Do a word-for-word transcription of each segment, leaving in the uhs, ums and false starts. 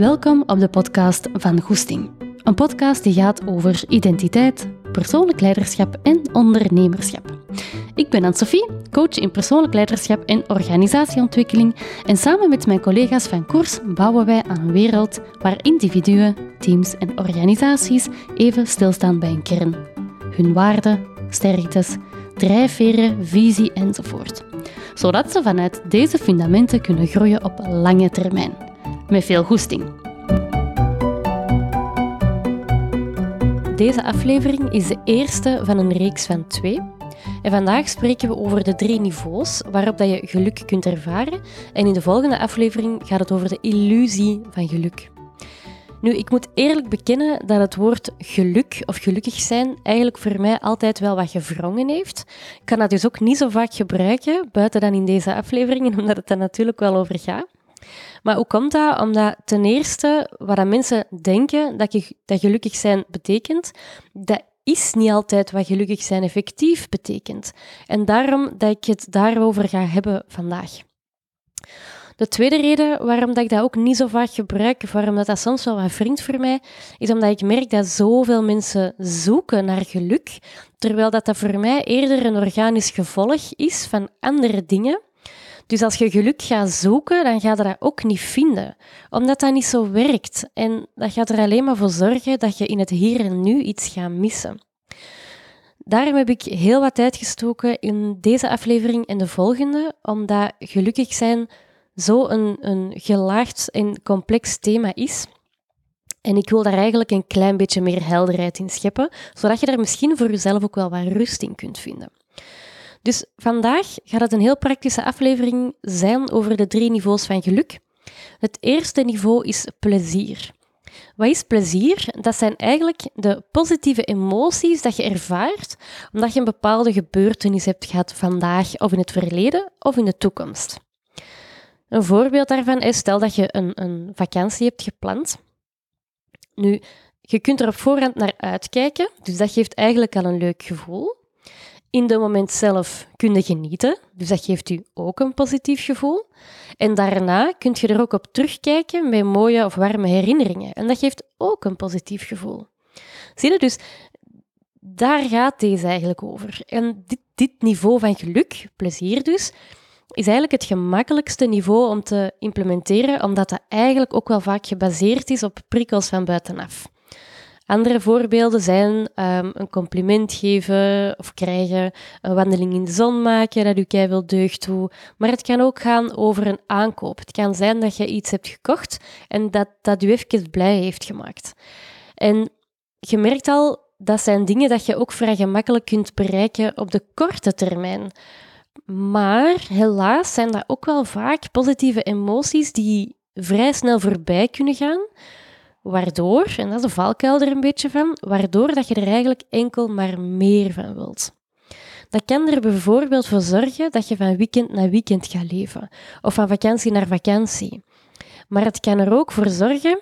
Welkom op de podcast van Goesting. Een podcast die gaat over identiteit, persoonlijk leiderschap en ondernemerschap. Ik ben Anne-Sophie, coach in persoonlijk leiderschap en organisatieontwikkeling en samen met mijn collega's van Koers bouwen wij aan een wereld waar individuen, teams en organisaties even stilstaan bij een kern. Hun waarden, sterktes, drijfveren, visie enzovoort. Zodat ze vanuit deze fundamenten kunnen groeien op lange termijn. Met veel goesting. Deze aflevering is de eerste van een reeks van twee. En vandaag spreken we over de drie niveaus waarop dat je geluk kunt ervaren. En in de volgende aflevering gaat het over de illusie van geluk. Nu, ik moet eerlijk bekennen dat het woord geluk of gelukkig zijn eigenlijk voor mij altijd wel wat gewrongen heeft. Ik kan dat dus ook niet zo vaak gebruiken, buiten dan in deze aflevering, omdat het daar natuurlijk wel over gaat. Maar hoe komt dat? Omdat ten eerste, wat mensen denken dat, je, dat gelukkig zijn betekent, dat is niet altijd wat gelukkig zijn effectief betekent. En daarom dat ik het daarover ga hebben vandaag. De tweede reden waarom dat ik dat ook niet zo vaak gebruik, of waarom dat, dat soms wel wat wringt voor mij, is omdat ik merk dat zoveel mensen zoeken naar geluk, terwijl dat, dat voor mij eerder een organisch gevolg is van andere dingen. Dus als je geluk gaat zoeken, dan ga je dat ook niet vinden, omdat dat niet zo werkt. En dat gaat er alleen maar voor zorgen dat je in het hier en nu iets gaat missen. Daarom heb ik heel wat tijd gestoken in deze aflevering en de volgende, omdat gelukkig zijn zo een, een gelaagd en complex thema is. En ik wil daar eigenlijk een klein beetje meer helderheid in scheppen, zodat je daar misschien voor jezelf ook wel wat rust in kunt vinden. Dus vandaag gaat het een heel praktische aflevering zijn over de drie niveaus van geluk. Het eerste niveau is plezier. Wat is plezier? Dat zijn eigenlijk de positieve emoties dat je ervaart omdat je een bepaalde gebeurtenis hebt gehad vandaag of in het verleden of in de toekomst. Een voorbeeld daarvan is, stel dat je een, een vakantie hebt gepland. Nu, je kunt er op voorhand naar uitkijken, dus dat geeft eigenlijk al een leuk gevoel. In het moment zelf kun je genieten, dus dat geeft u ook een positief gevoel. En daarna kun je er ook op terugkijken met mooie of warme herinneringen. En dat geeft ook een positief gevoel. Zie je, dus daar gaat deze eigenlijk over. En dit, dit niveau van geluk, plezier dus, is eigenlijk het gemakkelijkste niveau om te implementeren, omdat dat eigenlijk ook wel vaak gebaseerd is op prikkels van buitenaf. Andere voorbeelden zijn um, een compliment geven of krijgen, een wandeling in de zon maken, dat u keiveel deugd doet. Maar het kan ook gaan over een aankoop. Het kan zijn dat je iets hebt gekocht en dat dat u even blij heeft gemaakt. En je merkt al, dat zijn dingen dat je ook vrij gemakkelijk kunt bereiken op de korte termijn. Maar helaas zijn dat ook wel vaak positieve emoties die vrij snel voorbij kunnen gaan, waardoor, en dat is de valkuil er een beetje van, waardoor dat je er eigenlijk enkel maar meer van wilt. Dat kan er bijvoorbeeld voor zorgen dat je van weekend naar weekend gaat leven, of van vakantie naar vakantie. Maar het kan er ook voor zorgen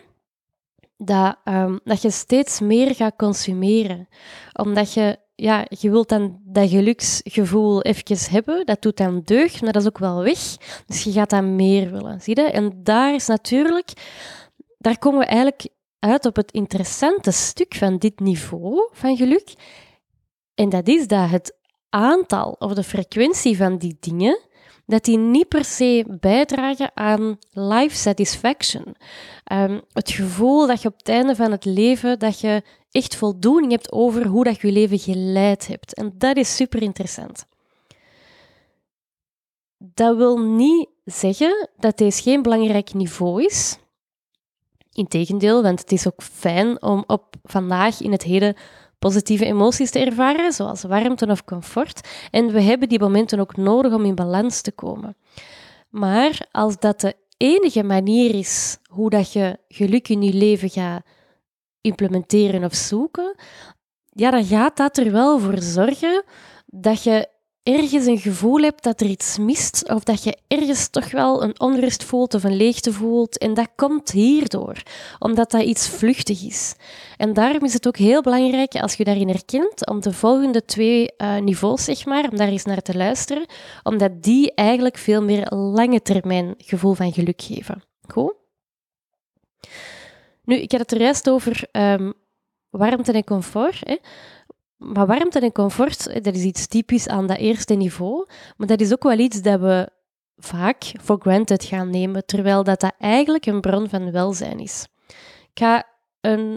dat, um, dat je steeds meer gaat consumeren, omdat je Ja, je wilt dan dat geluksgevoel even hebben, dat doet dan deugd, maar dat is ook wel weg. Dus je gaat dan meer willen, zie je? En daar is natuurlijk, daar komen we eigenlijk uit op het interessante stuk van dit niveau van geluk. En dat is dat het aantal of de frequentie van die dingen, dat die niet per se bijdragen aan life satisfaction. Um, het gevoel dat je op het einde van het leven, dat je echt voldoening hebt over hoe dat je je leven geleid hebt. En dat is super interessant. Dat wil niet zeggen dat deze geen belangrijk niveau is. Integendeel, want het is ook fijn om op vandaag in het heden positieve emoties te ervaren, zoals warmte of comfort. En we hebben die momenten ook nodig om in balans te komen. Maar als dat de enige manier is hoe dat je geluk in je leven gaat implementeren of zoeken, ja, dan gaat dat er wel voor zorgen dat je ergens een gevoel hebt dat er iets mist, of dat je ergens toch wel een onrust voelt of een leegte voelt. En dat komt hierdoor, omdat dat iets vluchtig is. En daarom is het ook heel belangrijk, als je daarin herkent, om de volgende twee uh, niveaus, zeg maar, om daar eens naar te luisteren, omdat die eigenlijk veel meer lange termijn gevoel van geluk geven. Goed? Nu, ik had het er juist over um, warmte en comfort. Hè. Maar warmte en comfort, hè, dat is iets typisch aan dat eerste niveau. Maar dat is ook wel iets dat we vaak for granted gaan nemen, terwijl dat, dat eigenlijk een bron van welzijn is. Ik ga een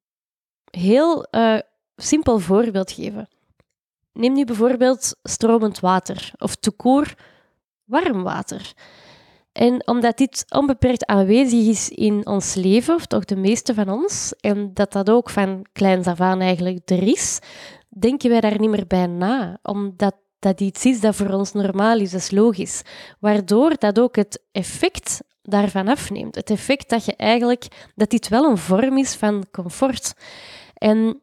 heel uh, simpel voorbeeld geven. Neem nu bijvoorbeeld stromend water of tout court warm water. En omdat dit onbeperkt aanwezig is in ons leven, of toch de meeste van ons, en dat dat ook van kleins af aan eigenlijk er is, denken wij daar niet meer bij na, omdat dat iets is dat voor ons normaal is, dat is logisch. Waardoor dat ook het effect daarvan afneemt. Het effect dat je eigenlijk, dat dit wel een vorm is van comfort. En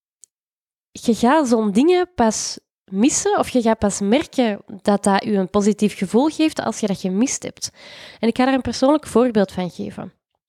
je gaat zo'n dingen pas missen, of je gaat pas merken dat dat je een positief gevoel geeft als je dat gemist hebt. En ik ga daar een persoonlijk voorbeeld van geven.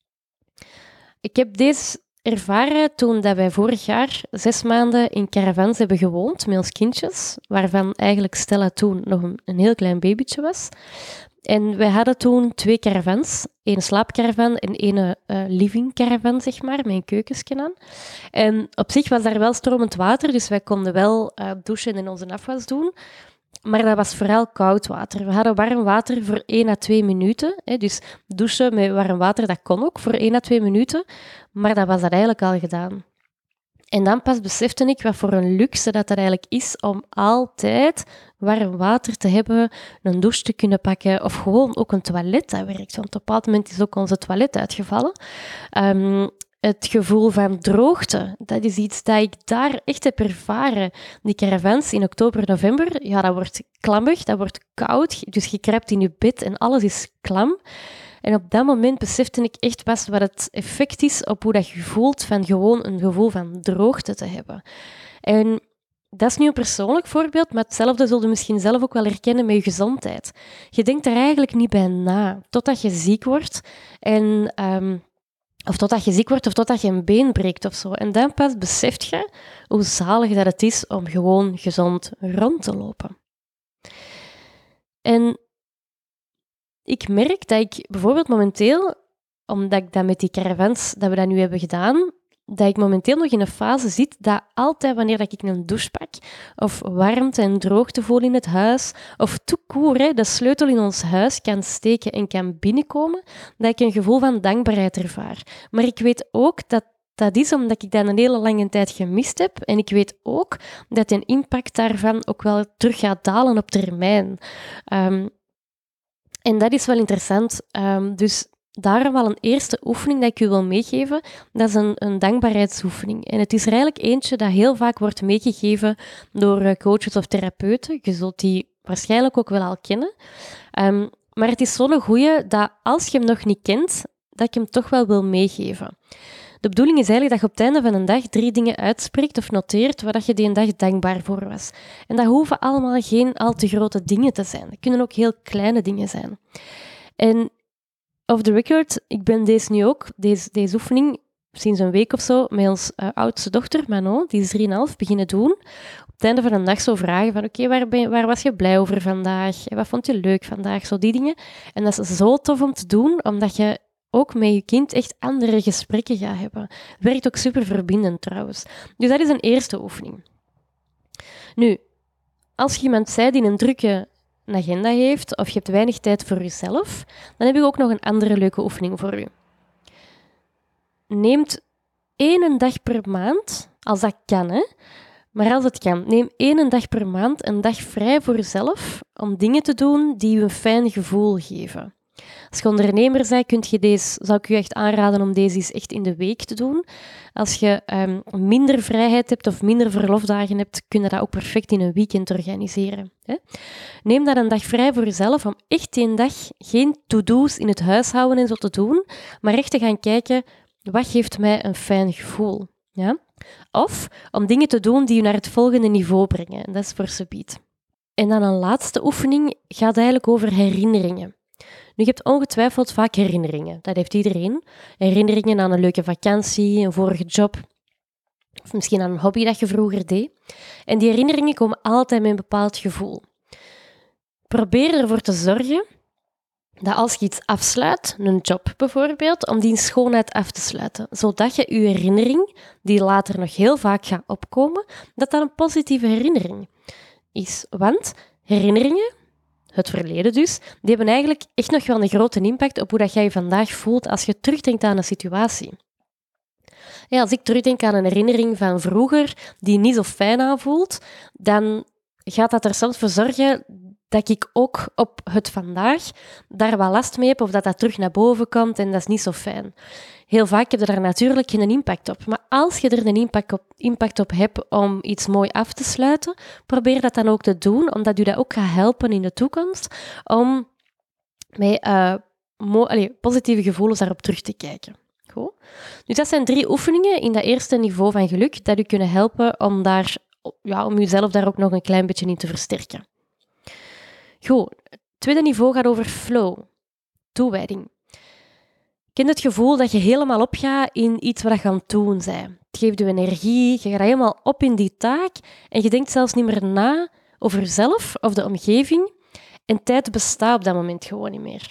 Ik heb deze ervaren toen dat wij vorig jaar zes maanden in caravans hebben gewoond met ons kindjes, waarvan eigenlijk Stella toen nog een, een heel klein babytje was. En wij hadden toen twee caravans, één slaapcaravan en één uh, living caravan, zeg maar, met een keukensje aan. En op zich was daar wel stromend water, dus wij konden wel uh, douchen en onze afwas doen. Maar dat was vooral koud water. We hadden warm water voor één à twee minuten. Hè, dus douchen met warm water, dat kon ook voor één à twee minuten. Maar dat was dat eigenlijk al gedaan. En dan pas besefte ik wat voor een luxe dat dat eigenlijk is om altijd warm water te hebben, een douche te kunnen pakken of gewoon ook een toilet dat werkt. Want op een bepaald moment is ook onze toilet uitgevallen. Um, het gevoel van droogte, dat is iets dat ik daar echt heb ervaren. Die caravans in oktober, november, ja, dat wordt klammig, dat wordt koud. Dus je kruipt in je bed en alles is klam. En op dat moment besefte ik echt pas wat het effect is op hoe dat je voelt van gewoon een gevoel van droogte te hebben. En dat is nu een persoonlijk voorbeeld, maar hetzelfde zul je misschien zelf ook wel herkennen met je gezondheid. Je denkt er eigenlijk niet bij na, totdat je ziek wordt. En, um, of totdat je ziek wordt, of totdat je een been breekt of zo. En dan pas beseft je hoe zalig dat het is om gewoon gezond rond te lopen. En ik merk dat ik bijvoorbeeld momenteel, omdat ik dat met die caravans, dat we dat nu hebben gedaan, dat ik momenteel nog in een fase zit dat altijd wanneer ik een douche pak, of warmte en droogte voel in het huis, of tout court, hè, de sleutel in ons huis kan steken en kan binnenkomen, dat ik een gevoel van dankbaarheid ervaar. Maar ik weet ook dat dat is omdat ik dat een hele lange tijd gemist heb. En ik weet ook dat de impact daarvan ook wel terug gaat dalen op termijn. Um, En dat is wel interessant. Um, dus daarom wel een eerste oefening dat ik u wil meegeven. Dat is een, een dankbaarheidsoefening. En het is er eigenlijk eentje dat heel vaak wordt meegegeven door coaches of therapeuten. Je zult die waarschijnlijk ook wel al kennen. Um, maar het is zo'n goeie dat als je hem nog niet kent, dat ik hem toch wel wil meegeven. De bedoeling is eigenlijk dat je op het einde van een dag drie dingen uitspreekt of noteert waar je die een dag dankbaar voor was. En dat hoeven allemaal geen al te grote dingen te zijn. Dat kunnen ook heel kleine dingen zijn. En off the record, ik ben deze nu ook, deze, deze oefening, sinds een week of zo, met ons uh, oudste dochter, Manon, die is drieënhalf, beginnen doen. Op het einde van een dag zo vragen van, oké, okay, waar, waar was je blij over vandaag? Wat vond je leuk vandaag? Zo die dingen. En dat is zo tof om te doen, omdat je ook met je kind echt andere gesprekken gaat hebben. Het werkt ook super verbindend trouwens. Dus dat is een eerste oefening. Nu, als je iemand zei die een drukke agenda heeft of je hebt weinig tijd voor jezelf, dan heb ik ook nog een andere leuke oefening voor u. Neem één dag per maand, als dat kan, hè, maar als het kan, neem één dag per maand een dag vrij voor jezelf om dingen te doen die je een fijn gevoel geven. Als je ondernemer bent, kunt je deze, zou ik je echt aanraden om deze eens echt in de week te doen. Als je um, minder vrijheid hebt of minder verlofdagen hebt, kun je dat ook perfect in een weekend organiseren. Hè? Neem dan een dag vrij voor jezelf om echt die dag geen to-do's in het huishouden en zo te doen, maar echt te gaan kijken, wat geeft mij een fijn gevoel? Ja? Of om dingen te doen die je naar het volgende niveau brengen. En dat is voor subiet. En dan een laatste oefening gaat eigenlijk over herinneringen. Nu, je hebt ongetwijfeld vaak herinneringen. Dat heeft iedereen. Herinneringen aan een leuke vakantie, een vorige job, of misschien aan een hobby dat je vroeger deed. En die herinneringen komen altijd met een bepaald gevoel. Probeer ervoor te zorgen dat als je iets afsluit, een job bijvoorbeeld, om die in schoonheid af te sluiten, zodat je je herinnering, die later nog heel vaak gaat opkomen, dat dat een positieve herinnering is. Want herinneringen, het verleden dus, die hebben eigenlijk echt nog wel een grote impact op hoe dat jij je vandaag voelt als je terugdenkt aan een situatie. Ja, als ik terugdenk aan een herinnering van vroeger die niet zo fijn aanvoelt, dan gaat dat er soms voor zorgen dat ik ook op het vandaag daar wel last mee heb of dat dat terug naar boven komt en dat is niet zo fijn. Heel vaak heb je daar natuurlijk geen impact op. Maar als je er een impact op, impact op hebt om iets mooi af te sluiten, probeer dat dan ook te doen, omdat je dat ook gaat helpen in de toekomst om met uh, mo- allez, positieve gevoelens daarop terug te kijken. Goed. Dus dat zijn drie oefeningen in dat eerste niveau van geluk dat u kunnen helpen om, daar, ja, om jezelf daar ook nog een klein beetje in te versterken. Goed. Het tweede niveau gaat over flow, toewijding. Ken het gevoel dat je helemaal opgaat in iets wat je aan het doen bent. Het geeft je energie, je gaat helemaal op in die taak en je denkt zelfs niet meer na over jezelf of de omgeving en tijd bestaat op dat moment gewoon niet meer.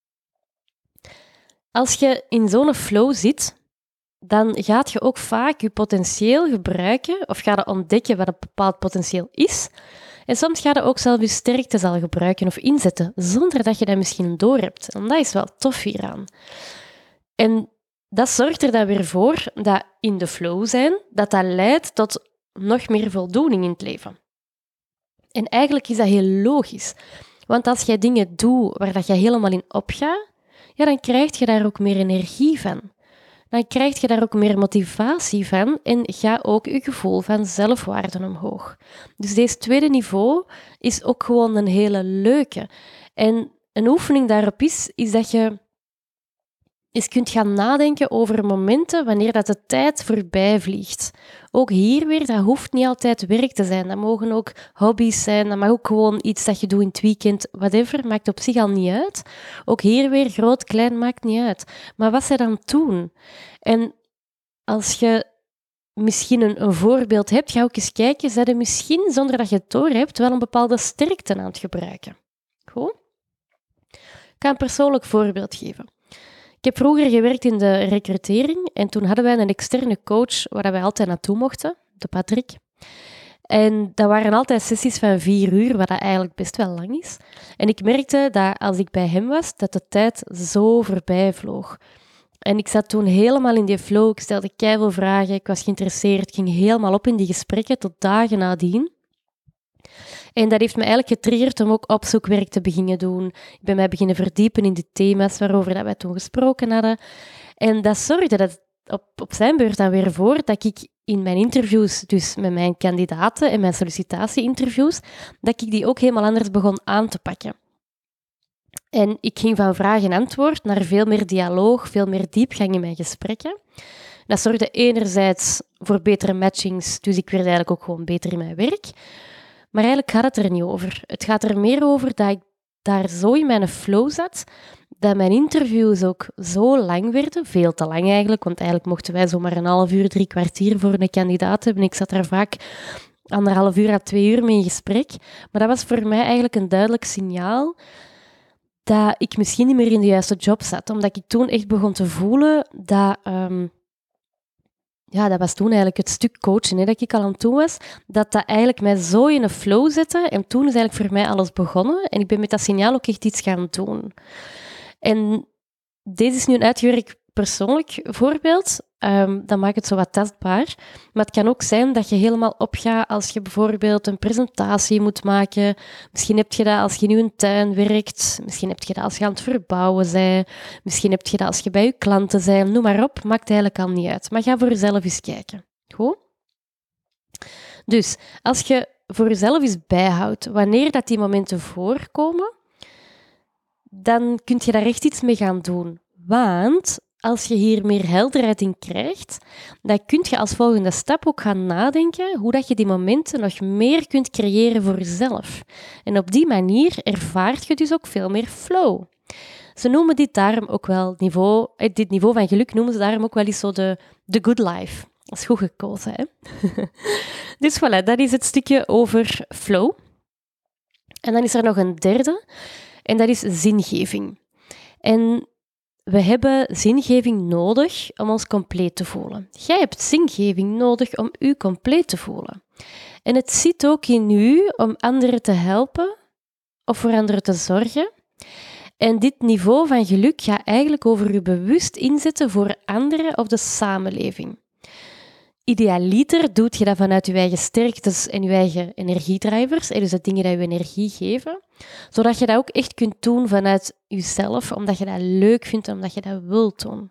Als je in zo'n flow zit, dan gaat je ook vaak je potentieel gebruiken of ga je ontdekken wat een bepaald potentieel is. En soms ga je ook zelf je sterkte al gebruiken of inzetten, zonder dat je dat misschien doorhebt. En dat is wel tof hieraan. En dat zorgt er dan weer voor dat in de flow zijn, dat dat leidt tot nog meer voldoening in het leven. En eigenlijk is dat heel logisch. Want als jij dingen doet waar dat je helemaal in opgaat, ja, dan krijg je daar ook meer energie van. Dan krijg je daar ook meer motivatie van en gaat ook je gevoel van zelfwaarde omhoog. Dus deze tweede niveau is ook gewoon een hele leuke. En een oefening daarop is, is dat je eens kunt gaan nadenken over momenten wanneer dat de tijd voorbij vliegt. Ook hier weer, dat hoeft niet altijd werk te zijn. Dat mogen ook hobby's zijn, dat mag ook gewoon iets dat je doet in het weekend, whatever, maakt op zich al niet uit. Ook hier weer, groot, klein, maakt niet uit. Maar wat zij dan doen? En als je misschien een, een voorbeeld hebt, ga ook eens kijken, zijn er misschien, zonder dat je het doorhebt, wel een bepaalde sterkte aan het gebruiken. Goed? Ik ga een persoonlijk voorbeeld geven. Ik heb vroeger gewerkt in de recrutering en toen hadden wij een externe coach waar wij altijd naartoe mochten, de Patrick. En dat waren altijd sessies van vier uur, wat dat eigenlijk best wel lang is. En ik merkte dat als ik bij hem was, dat de tijd zo voorbij vloog. En ik zat toen helemaal in die flow, ik stelde keiveel vragen, ik was geïnteresseerd, ik ging helemaal op in die gesprekken tot dagen nadien. En dat heeft me eigenlijk getriggerd om ook opzoekwerk te beginnen doen. Ik ben mij beginnen verdiepen in die thema's waarover dat wij toen gesproken hadden. En dat zorgde dat op, op zijn beurt dan weer voor dat ik in mijn interviews, dus met mijn kandidaten en mijn sollicitatie-interviews, dat ik die ook helemaal anders begon aan te pakken. En ik ging van vraag en antwoord naar veel meer dialoog, veel meer diepgang in mijn gesprekken. Dat zorgde enerzijds voor betere matchings, dus ik werd eigenlijk ook gewoon beter in mijn werk. Maar eigenlijk gaat het er niet over. Het gaat er meer over dat ik daar zo in mijn flow zat, dat mijn interviews ook zo lang werden, veel te lang eigenlijk, want eigenlijk mochten wij zomaar een half uur, drie kwartier voor een kandidaat hebben. Ik zat daar vaak anderhalf uur à twee uur mee in gesprek. Maar dat was voor mij eigenlijk een duidelijk signaal dat ik misschien niet meer in de juiste job zat, omdat ik toen echt begon te voelen dat... Um, Ja, dat was toen eigenlijk het stuk coachen hè, dat ik al aan het doen was, dat dat eigenlijk mij zo in een flow zette. En toen is eigenlijk voor mij alles begonnen. En ik ben met dat signaal ook echt iets gaan doen. En deze is nu een uitgewerkt persoonlijk voorbeeld. Um, dat maakt het zo wat tastbaar. Maar het kan ook zijn dat je helemaal opgaat als je bijvoorbeeld een presentatie moet maken. Misschien heb je dat als je in je tuin werkt. Misschien heb je dat als je aan het verbouwen bent. Misschien heb je dat als je bij je klanten bent. Noem maar op, maakt eigenlijk al niet uit. Maar ga voor jezelf eens kijken. Goed? Dus, als je voor jezelf eens bijhoudt wanneer dat die momenten voorkomen, dan kun je daar echt iets mee gaan doen. Want als je hier meer helderheid in krijgt, dan kun je als volgende stap ook gaan nadenken hoe dat je die momenten nog meer kunt creëren voor jezelf. En op die manier ervaart je dus ook veel meer flow. Ze noemen dit daarom ook wel niveau, dit niveau van geluk noemen ze daarom ook wel eens zo de, de good life. Dat is goed gekozen, hè? Dus voilà, dat is het stukje over flow. En dan is er nog een derde, en dat is zingeving. En we hebben zingeving nodig om ons compleet te voelen. Jij hebt zingeving nodig om u compleet te voelen. En het zit ook in u om anderen te helpen of voor anderen te zorgen. En dit niveau van geluk gaat eigenlijk over je bewust inzetten voor anderen of de samenleving. Idealiter doet je dat vanuit je eigen sterktes en je eigen energiedrivers, dus de dingen die je energie geven, zodat je dat ook echt kunt doen vanuit jezelf, omdat je dat leuk vindt en omdat je dat wilt doen.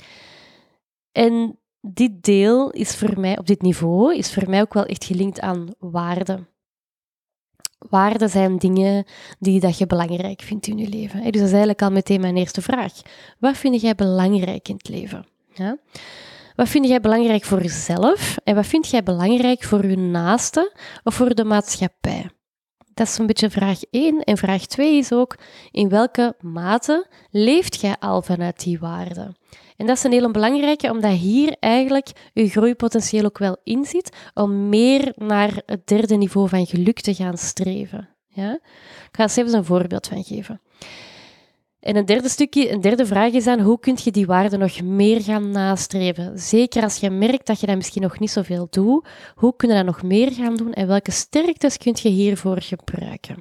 En dit deel is voor mij, op dit niveau, is voor mij ook wel echt gelinkt aan waarden. Waarden zijn dingen die dat je belangrijk vindt in je leven. Dus dat is eigenlijk al meteen mijn eerste vraag. Wat vind jij belangrijk in het leven? Ja? Wat vind jij belangrijk voor jezelf en wat vind jij belangrijk voor je naaste of voor de maatschappij? Dat is een beetje vraag één. En vraag twee is ook, in welke mate leeft jij al vanuit die waarden? En dat is een hele belangrijke, omdat hier eigenlijk je groeipotentieel ook wel in zit om meer naar het derde niveau van geluk te gaan streven. Ja? Ik ga eens even een voorbeeld van geven. En een derde stukje, een derde vraag is dan, hoe kun je die waarden nog meer gaan nastreven? Zeker als je merkt dat je dat misschien nog niet zoveel doet, hoe kun je dat nog meer gaan doen en welke sterktes kun je hiervoor gebruiken?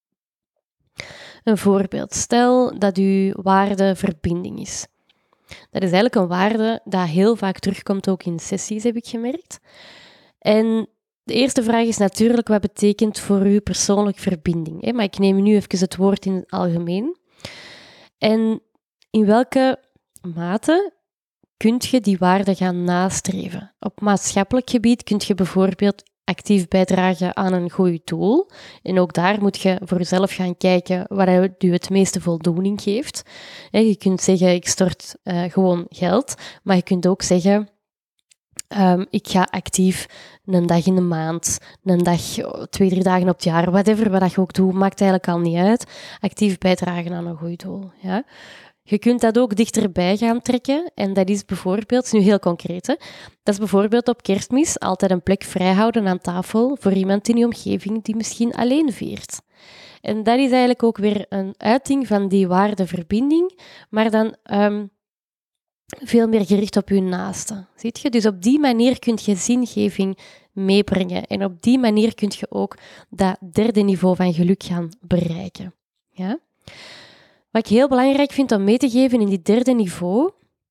Een voorbeeld, stel dat je waarde verbinding is. Dat is eigenlijk een waarde dat heel vaak terugkomt ook in sessies, heb ik gemerkt. En de eerste vraag is natuurlijk, wat betekent voor u persoonlijk verbinding? Maar ik neem nu even het woord in het algemeen. En in welke mate kun je die waarden gaan nastreven? Op maatschappelijk gebied kun je bijvoorbeeld actief bijdragen aan een goed doel. En ook daar moet je voor jezelf gaan kijken wat je het meeste voldoening geeft. Je kunt zeggen, ik stort uh, gewoon geld, maar je kunt ook zeggen, um, ik ga actief een dag in de maand, een dag, twee, drie dagen op het jaar, whatever, wat je ook doet, maakt eigenlijk al niet uit. Actief bijdragen aan een goed doel. Ja? Je kunt dat ook dichterbij gaan trekken en dat is bijvoorbeeld, het is nu heel concreet, hè? Dat is bijvoorbeeld op Kerstmis altijd een plek vrijhouden aan tafel voor iemand in je omgeving die misschien alleen viert. En dat is eigenlijk ook weer een uiting van die waardeverbinding, maar dan um, veel meer gericht op je naaste. Ziet je? Dus op die manier kun je zingeving meebrengen en op die manier kun je ook dat derde niveau van geluk gaan bereiken. Ja? Wat ik heel belangrijk vind om mee te geven in die derde niveau,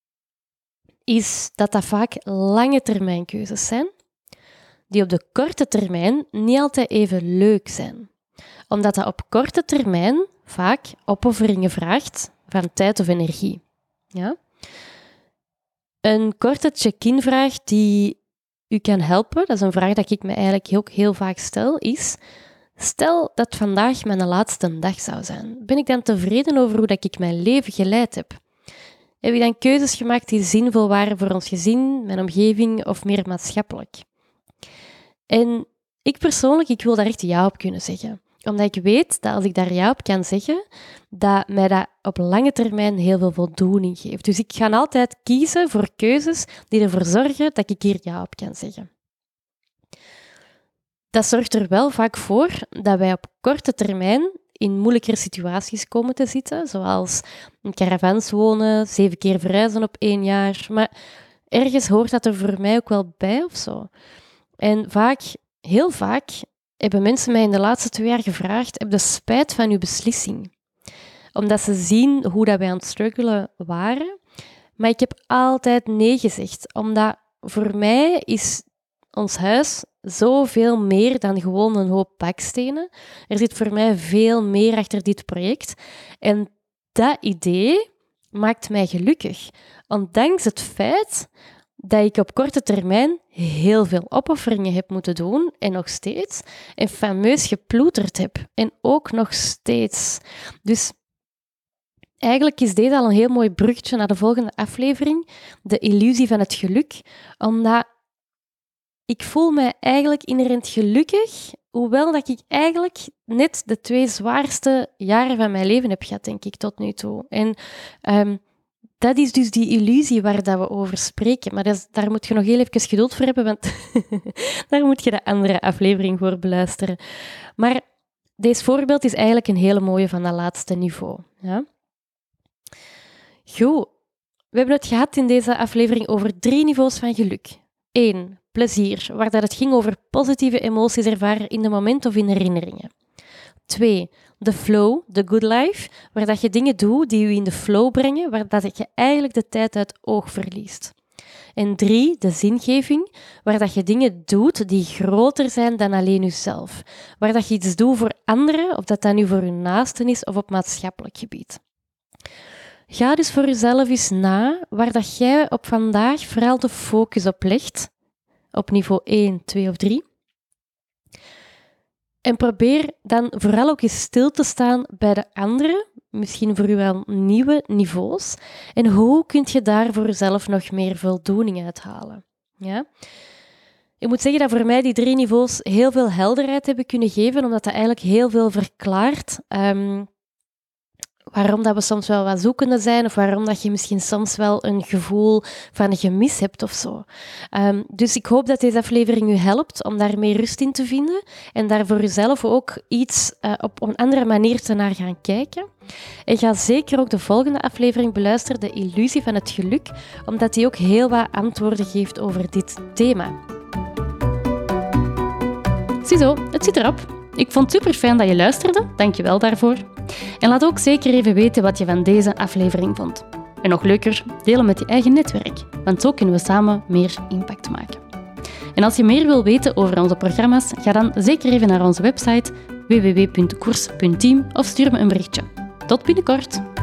is dat dat vaak lange termijn keuzes zijn, die op de korte termijn niet altijd even leuk zijn. Omdat dat op korte termijn vaak opofferingen vraagt van tijd of energie. Ja? Een korte check-in vraag die u kan helpen, dat is een vraag die ik me eigenlijk ook heel vaak stel, is: stel dat vandaag mijn laatste dag zou zijn. Ben ik dan tevreden over hoe dat ik mijn leven geleid heb? Heb je dan keuzes gemaakt die zinvol waren voor ons gezin, mijn omgeving of meer maatschappelijk? En ik persoonlijk, ik wil daar echt ja op kunnen zeggen. Omdat ik weet dat als ik daar ja op kan zeggen, dat mij dat op lange termijn heel veel voldoening geeft. Dus ik ga altijd kiezen voor keuzes die ervoor zorgen dat ik hier ja op kan zeggen. Dat zorgt er wel vaak voor dat wij op korte termijn in moeilijkere situaties komen te zitten, zoals in caravans wonen, zeven keer verhuizen op één jaar. Maar ergens hoort dat er voor mij ook wel bij of zo. En vaak, heel vaak, hebben mensen mij in de laatste twee jaar gevraagd: heb je spijt van uw beslissing? Omdat ze zien hoe dat wij aan het struggelen waren. Maar ik heb altijd nee gezegd, omdat voor mij is ons huis zoveel meer dan gewoon een hoop bakstenen. Er zit voor mij veel meer achter dit project. En dat idee maakt mij gelukkig. Ondanks het feit dat ik op korte termijn heel veel opofferingen heb moeten doen, en nog steeds, en fameus geploeterd heb. En ook nog steeds. Dus eigenlijk is dit al een heel mooi bruggetje naar de volgende aflevering, de illusie van het geluk, omdat ik voel me eigenlijk inherent gelukkig, hoewel dat ik eigenlijk net de twee zwaarste jaren van mijn leven heb gehad, denk ik, tot nu toe. En um, dat is dus die illusie waar dat we over spreken. Maar dat is, daar moet je nog heel even geduld voor hebben, want daar moet je de andere aflevering voor beluisteren. Maar deze voorbeeld is eigenlijk een hele mooie van dat laatste niveau. Ja? Goed. We hebben het gehad in deze aflevering over drie niveaus van geluk. één. Plezier, waar dat het ging over positieve emoties ervaren in de moment of in herinneringen. twee. De flow, de good life, waar dat je dingen doet die je in de flow brengen, waar dat je eigenlijk de tijd uit het oog verliest. En drie, de zingeving, waar dat je dingen doet die groter zijn dan alleen jezelf. Waar dat je iets doet voor anderen, of dat dat nu voor je naasten is of op maatschappelijk gebied. Ga dus voor jezelf eens na waar dat jij op vandaag vooral de focus op legt, op niveau één, twee of drie. En probeer dan vooral ook eens stil te staan bij de andere, misschien voor u wel nieuwe niveaus. En hoe kun je daar voor jezelf nog meer voldoening uithalen? Ja? Ik moet zeggen dat voor mij die drie niveaus heel veel helderheid hebben kunnen geven, omdat dat eigenlijk heel veel verklaart. Um, waarom dat we soms wel wat zoekende zijn, of waarom dat je misschien soms wel een gevoel van gemis hebt of zo. Um, dus ik hoop dat deze aflevering u helpt om daar meer rust in te vinden en daar voor uzelf ook iets uh, op een andere manier te naar gaan kijken. En ga zeker ook de volgende aflevering beluisteren, de illusie van het geluk, omdat die ook heel wat antwoorden geeft over dit thema. Ziezo, het zit erop. Ik vond het super fijn dat je luisterde, dank je wel daarvoor. En laat ook zeker even weten wat je van deze aflevering vond. En nog leuker, delen met je eigen netwerk, want zo kunnen we samen meer impact maken. En als je meer wil weten over onze programma's, ga dan zeker even naar onze website w w w punt koers punt team of stuur me een berichtje. Tot binnenkort!